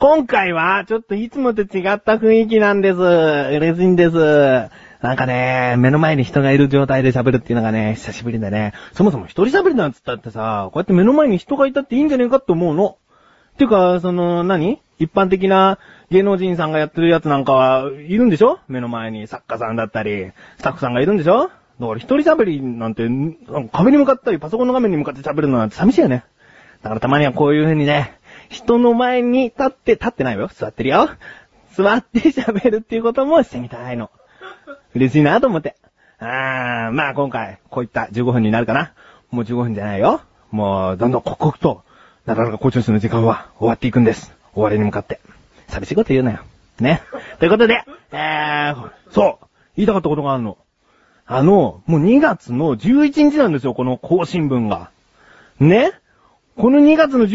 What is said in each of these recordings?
今回は、ちょっといつもと違った雰囲気なんです。嬉しいんです。なんかね、目の前に人がいる状態で喋るっていうのがね、久しぶりでね。そもそも一人喋りなんつったってさ、こうやって目の前に人がいたっていいんじゃねえかって思うの。っていうか、一般的な芸能人さんがやってるやつなんかはいるんでしょ？目の前に作家さんだったり、スタッフさんがいるんでしょ？だから一人喋りなんて、壁に向かったりパソコンの画面に向かって喋るのなんて寂しいよね。だからたまにはこういう風にね、人の前に立ってないよ。座ってるよ。座って喋るっていうこともしてみたいの。嬉しいなと思って。まあ今回、こういった15分になるかな。もう15分じゃないよ。もう、どんどん刻々と、なかなか校長室の時間は終わっていくんです。終わりに向かって。寂しいこと言うなよ。ね。ということで、そう、言いたかったことがあるの。もう2月の11日なんですよ、この更新分が。ね？この2月の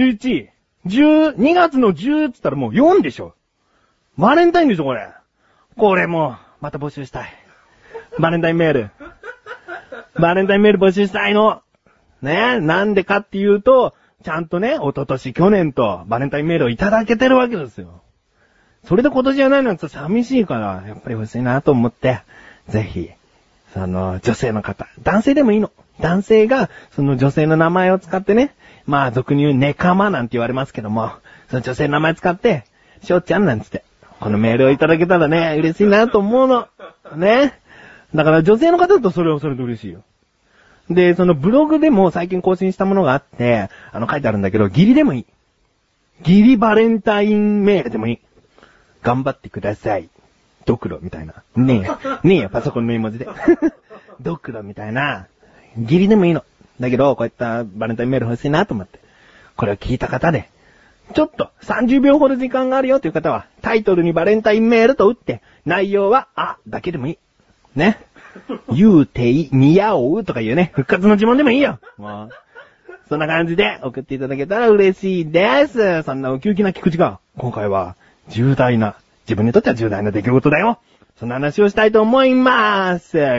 11、2月の10って言ったらもう4でしょ。バレンタインでしょ、これ。これもう、また募集したい。バレンタインメール募集したいの。ね、なんでかっていうと、ちゃんとね、一昨年、去年とバレンタインメールをいただけてるわけですよ。それで今年じゃないなんて寂しいから、やっぱり欲しいなと思って、ぜひ、女性の方、男性でもいいの。男性が、その女性の名前を使ってね、まあ、俗に言うネカマなんて言われますけども、その女性の名前使って、しょうちゃんなんつって、このメールをいただけたらね、嬉しいなと思うの。ね。だから女性の方だとそれはそれで嬉しいよ。で、そのブログでも最近更新したものがあって、書いてあるんだけど、義理でもいい。義理バレンタインメールでもいい。頑張ってください。ドクロみたいな。ねえよ、パソコンの絵文字で。ドクロみたいな。義理でもいいの。だけど、こういったバレンタインメール欲しいなと思って。これを聞いた方で、ちょっと30秒ほど時間があるよという方は、タイトルにバレンタインメールと打って、内容は、だけでもいい。ね。言うてい、似合うとか言うね。復活の呪文でもいいよ。もう。そんな感じで送っていただけたら嬉しいです。そんなウキウキな菊池が、今回は自分にとっては重大な出来事だよ。そんな話をしたいと思います。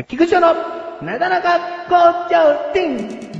菊池のなだらか校長ティン。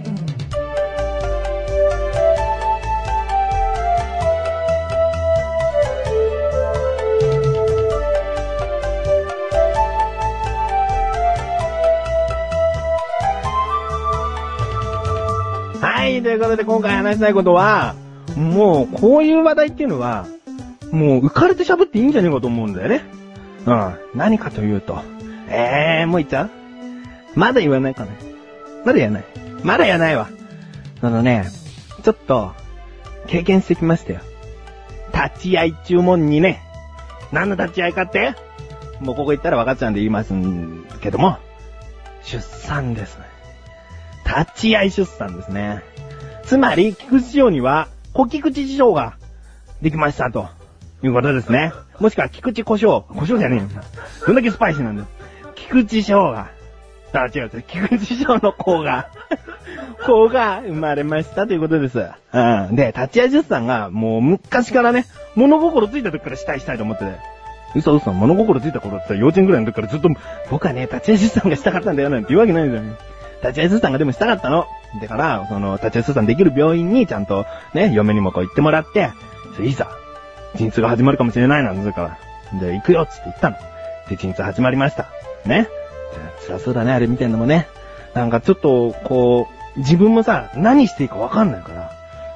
はい、ということで今回話したいことは、もうこういう話題っていうのは、もう浮かれて喋っていいんじゃねえかと思うんだよね。何かというと、もう言っちゃう？まだ言わないかね。まだ言わないわ。ちょっと、経験してきましたよ。立ち会い注文にね。何の立ち会いかって？もうここ行ったら分かっちゃうんで言いますけども、出産ですね。立ち会い出産ですね。つまり、菊池師匠には、小菊池師匠ができましたということですね。もしくは菊池胡椒じゃねえよ。どんだけスパイシーなんだよ。菊池師匠が、違う。菊池師匠の子が生まれましたということです。で、立ち会い出産がもう昔からね、物心ついた時からしたいと思ってて。嘘、物心ついた頃って幼稚園ぐらいの時からずっと、僕はね、立ち会い出産がしたかったんだよなんて言うわけないんだよ。立ち会い出産がでもしたかったの。だから、立ち会い出産できる病院にちゃんと、ね、嫁にもこう行ってもらって、いざ、陣痛が始まるかもしれないなんだから。で、行くよっつって言ったの。で、陣痛始まりました。ね。辛そうだね、あれ見てんのもね。なんかちょっと、こう、自分もさ、何していいかわかんないから。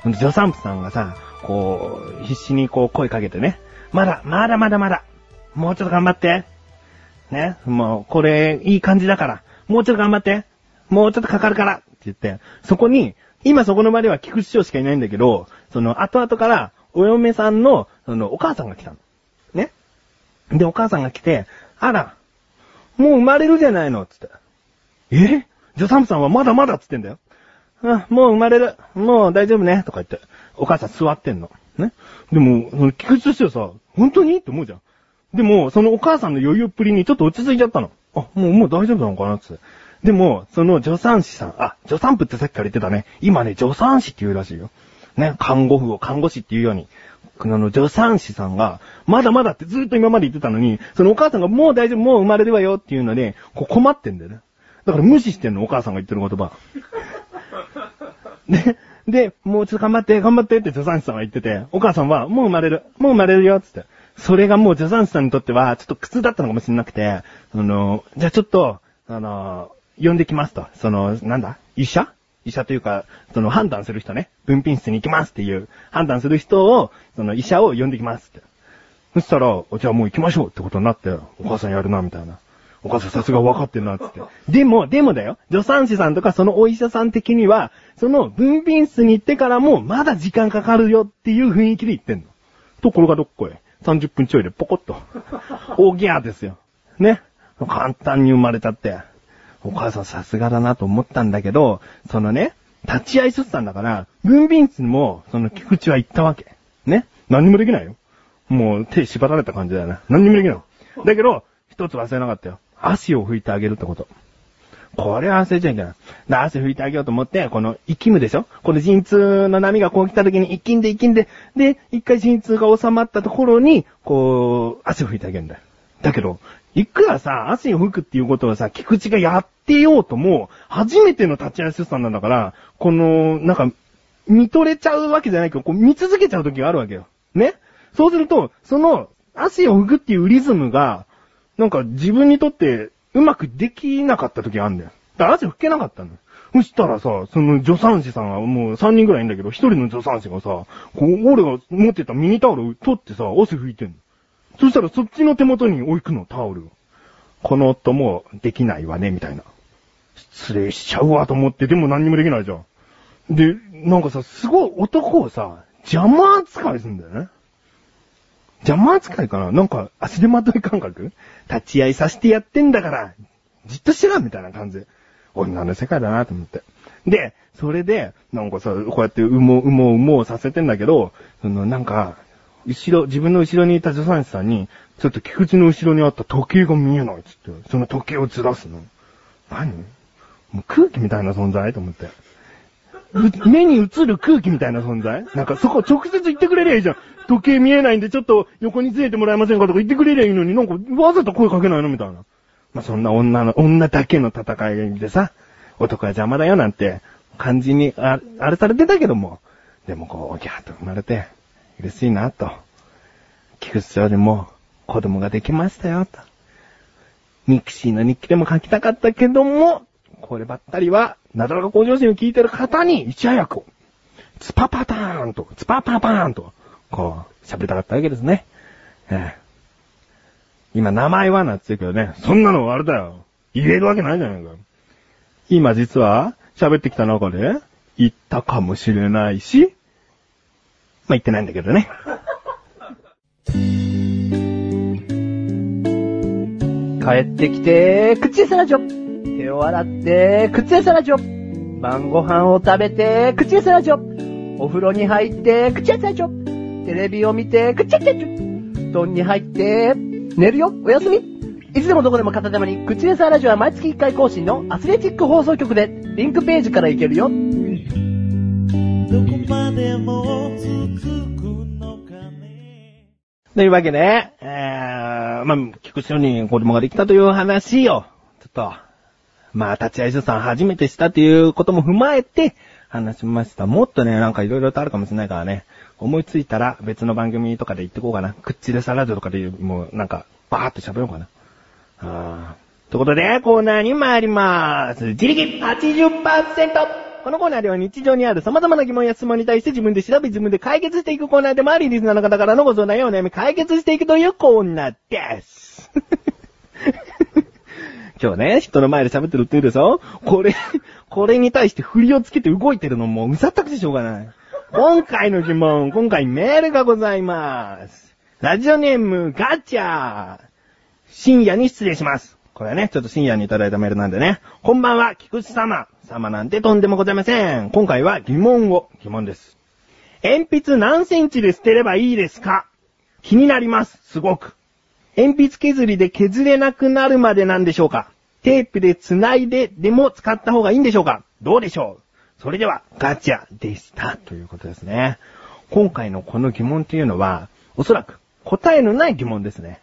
助産婦さんがさ、こう、必死にこう声かけてね。まだ。もうちょっと頑張って。ね。もう、これ、いい感じだから。もうちょっと頑張って。もうちょっとかかるからって言って、そこに、今そこの場では菊池師匠しかいないんだけど、後々から、お嫁さんの、お母さんが来たの。ね。で、お母さんが来て、あら、もう生まれるじゃないの、つって。助産婦さんはまだまだっつってんだよ。もう生まれる。もう大丈夫ね、とか言って。お母さん座ってんの。ね。でも、菊池としてはさ、本当にって思うじゃん。でも、そのお母さんの余裕っぷりにちょっと落ち着いちゃったの。もう大丈夫なのかな、つって。でも、その助産師さん、助産婦ってさっきから言ってたね。今ね、助産師って言うらしいよ。ね、看護婦を看護師っていうように。助産師さんが、まだまだってずっと今まで言ってたのに、そのお母さんがもう大丈夫、もう生まれるわよっていうので、困ってんだよね。だから無視してんの、お母さんが言ってる言葉。ね。 で、もうちょっと頑張ってって助産師さんは言ってて、お母さんはもう生まれるよ、つって。それがもう助産師さんにとっては、ちょっと苦痛だったのかもしれなくて、じゃあちょっと、呼んできますと。医者というか、判断する人ね。分娩室に行きますっていう、判断する人を、医者を呼んできますって。そしたら、じゃあもう行きましょうってことになって、お母さんやるな、みたいな。お母さんさすが分かってるな、つって。でもだよ。助産師さんとかそのお医者さん的には、その分娩室に行ってからも、まだ時間かかるよっていう雰囲気で言ってんの。ところがどっこへ。30分ちょいでポコッと。大ギャーですよ。ね。簡単に生まれちゃって。お母さんさすがだなと思ったんだけど、立ち会い出産だから、分娩室にも、菊池は行ったわけ。ね。何にもできないよ。もう手縛られた感じだよね。何にもできない。だけど、一つ忘れなかったよ。汗を拭いてあげるってこと。これは忘れちゃいけない。汗拭いてあげようと思って、この息むでしょ？この陣痛の波がこう来た時に息んで、で、一回陣痛が収まったところに、こう、汗を拭いてあげるんだよ。だけど、いくらさ、汗を拭くっていうことをさ、菊池がやってようとも、初めての立ち会い出産なんだから、見とれちゃうわけじゃないけど、見続けちゃう時があるわけよ。ね？そうすると、汗を拭くっていうリズムが、自分にとってうまくできなかった時があるんだよ。だから汗拭けなかったんだよ。そしたらさ、助産師さんはもう3人ぐらいいんだけど、1人の助産師がさ、俺が持ってたミニタオルを取ってさ、汗拭いてんの。そしたらそっちの手元に置くの、タオルを。この夫もできないわね、みたいな。失礼しちゃうわと思って、でも何にもできないじゃん。で、すごい男をさ、邪魔扱いするんだよね。邪魔扱いかな？足手まとい感覚？立ち会いさせてやってんだから、じっとしてらみたいな感じで。女の世界だなと思って。で、それで、こうやって産もうさせてんだけど、自分の後ろにいた助産師さんに、ちょっと菊池の後ろにあった時計が見えないっつって、その時計をずらすの。何？もう空気みたいな存在と思って。目に映る空気みたいな存在？そこ直接言ってくれりゃいいじゃん。時計見えないんでちょっと横にずれてもらえませんかとか言ってくれりゃいいのにわざと声かけないのみたいな。そんな女だけの戦いでさ、男は邪魔だよなんて感じにあれされてたけども、でもギャーッと生まれて、嬉しいなと。菊池よりも子供ができましたよと。ミクシーの日記でも書きたかったけども、こればったりは、なだらか向上心を聞いてる方にいち早く、ツパパターンと、ツパパパーンと、喋りたかったわけですね。今名前はなってるけどね、そんなのあれだよ。言えるわけないじゃないか。今実は、喋ってきた中で、言ったかもしれないし、言ってないんだけどね。帰ってきて、口エサラジョ。手を洗って、口エサラジョ。晩ご飯を食べて、口エサラジョ。お風呂に入って、口エサラジョ。テレビを見て、口エサラジョ。布団に入って、寝るよ、おやすみ。いつでもどこでも片手間に、口エサラジオは毎月1回更新のアスレチック放送局で、リンクページから行けるよ。どこまでも続くのかね。というわけで、菊池に子供ができたという話を、ちょっと、立ち会い出産初めてしたということも踏まえて話しました。もっとね、いろいろとあるかもしれないからね、思いついたら別の番組とかで言ってこうかな。口でサラダとかでもうバーって喋ろうかな。ということで、コーナーに参ります。自力 80%！ このコーナーでは日常にある様々な疑問や質問に対して自分で調べ自分で解決していくコーナーでもあり、リスナーの方からのご相談やお悩み解決していくというコーナーです。今日ね、人の前で喋ってるって言うでしょ？これに対して振りをつけて動いてるのもうざったくてしょうがない。今回の疑問、今回メールがございます。ラジオネームガチャ。深夜に失礼します。これはね、ちょっと深夜にいただいたメールなんでね。こんばんは、菊池様。様なんてとんでもございません。今回は疑問です。鉛筆何センチで捨てればいいですか？気になります、すごく。鉛筆削りで削れなくなるまでなんでしょうか？テープで繋いででも使った方がいいんでしょうか？どうでしょう？それでは、ガチャでした。ということですね。今回のこの疑問っていうのは、おそらく答えのない疑問ですね。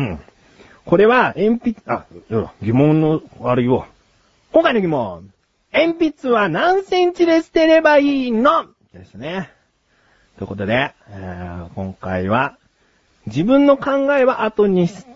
これは、疑問のあれよ。今回の疑問。 鉛筆は何センチで捨てればいいのですね。ということで、今回は、自分の考えは後にして、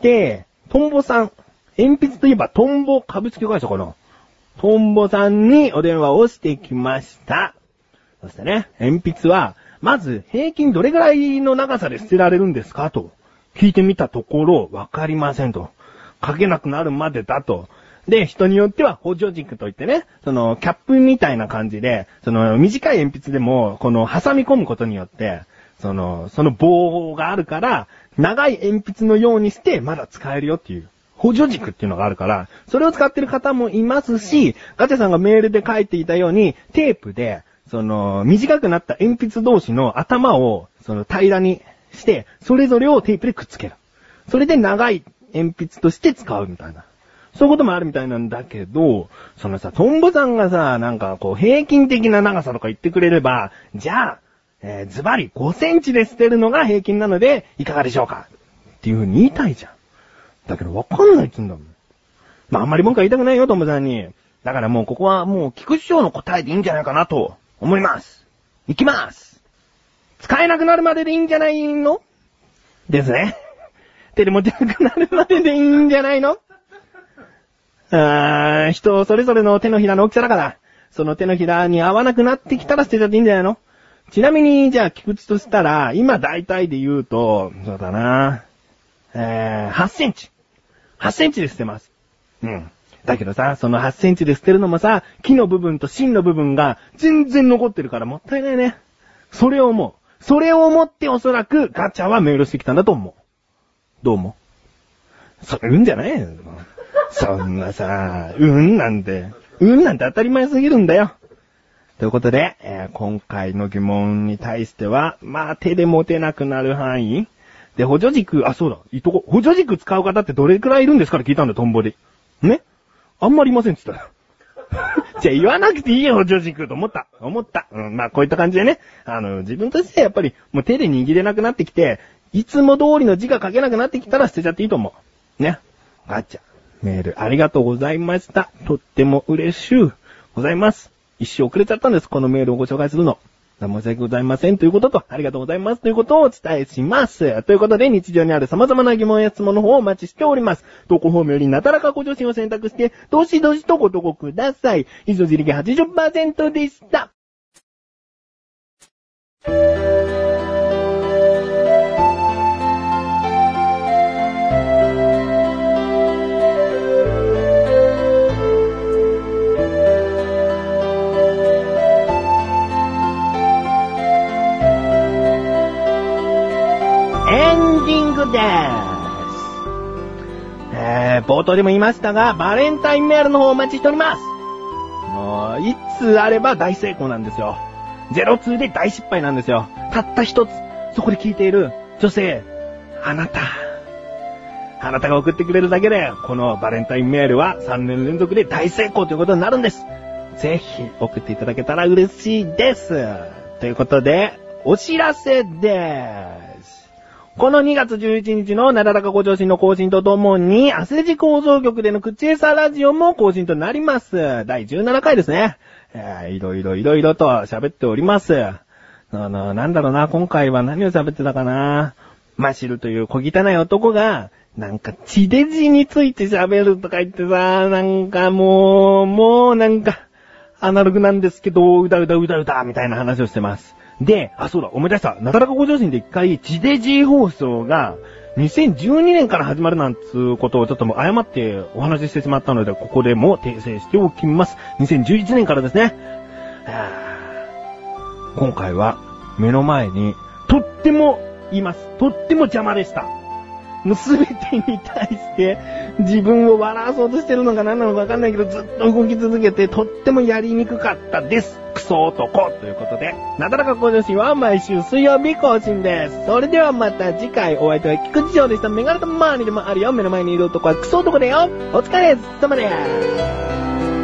トンボさん、鉛筆といえばトンボ株式会社かな。トンボさんにお電話をしてきました。そしてね、鉛筆は、まず平均どれぐらいの長さで捨てられるんですかと聞いてみたところ、わかりませんと。書けなくなるまでだと。で、人によっては補助軸といってね、キャップみたいな感じで、短い鉛筆でも、挟み込むことによって、その棒があるから、長い鉛筆のようにしてまだ使えるよっていう、補助軸っていうのがあるから、それを使ってる方もいますし、ガチャさんがメールで書いていたように、テープで、短くなった鉛筆同士の頭を、平らにして、それぞれをテープでくっつける。それで長い鉛筆として使うみたいな。そういうこともあるみたいなんだけど、トンボさんがさ、平均的な長さとか言ってくれれば、じゃあ、ズバリ5センチで捨てるのが平均なので、いかがでしょうかっていう風に言いたいじゃん。だけどわかんないって言うんだもん。まあ、あんまり文句は言いたくないよ、トンボさんに。だからもうここはもう、菊師匠の答えでいいんじゃないかなと思います。いきます。使えなくなるまででいいんじゃないのですね。手で持てなくなるまででいいんじゃないの？人それぞれの手のひらの大きさだから、その手のひらに合わなくなってきたら捨てちゃっていいんじゃないの？ちなみに、じゃあ、菊池としたら、今大体で言うと、そうだな、8センチ。8センチで捨てます。うん。だけどさ、その8センチで捨てるのもさ、木の部分と芯の部分が全然残ってるからもったいないね。それを思っておそらくガチャはメールしてきたんだと思う。どう思う？それうんじゃないよ。そんなさ、なんて当たり前すぎるんだよ。ということで、今回の疑問に対しては、まあ手で持てなくなる範囲で、補助軸、そうだ、補助軸使う方ってどれくらいいるんですかって聞いたんだ、トンボで。ね？あんまりいませんって言ったら。じゃあ言わなくていいよ、補助軸と思った。まあこういった感じでね、自分としてはやっぱりもう手で握れなくなってきて、いつも通りの字が書けなくなってきたら捨てちゃっていいと思う。ね。ガチャ。メールありがとうございました。とっても嬉しゅうございます。一生遅れちゃったんです。このメールをご紹介するの。申し訳ございませんということと、ありがとうございますということをお伝えします。ということで、日常にある様々な疑問や質問の方をお待ちしております。投稿フォームよりなだらかご助身を選択して、どしどしとご投稿ください。以上、自力 80% でした。です。冒頭でも言いましたが、バレンタインメールの方をお待ちしております。もう、いつあれば大成功なんですよ。02で大失敗なんですよ。たった一つ、そこで聞いている女性、あなたが送ってくれるだけで、このバレンタインメールは3年連続で大成功ということになるんです。ぜひ送っていただけたら嬉しいです。ということで、お知らせです。この2月11日のなだらかご上心の更新とともに、アスレジ放送局での口エサラジオも更新となります。第17回ですね。いろいろと喋っております。なんだろうな、今回は何を喋ってたかな。マシルという小汚い男が、なんか地デジについて喋るとか言ってさ、なんかもうなんか、アナログなんですけど、うだみたいな話をしてます。で、そうだ、思い出した。なだらかご上心で一回、地デジ放送が、2012年から始まるなんつうことをちょっともう誤ってお話ししてしまったので、ここでも訂正しておきます。2011年からですね。今回は、目の前に、とっても邪魔でした。もうすべてに対して、自分を笑わそうとしてるのか何なのかわかんないけど、ずっと動き続けて、とってもやりにくかったです。クソ男ということで、なだらかご女子は毎週水曜日更新です。それではまた次回、お相手は菊池翔でした。メガネと周りでもあるよ。目の前にいる男はクソ男だよ。お疲れ様です。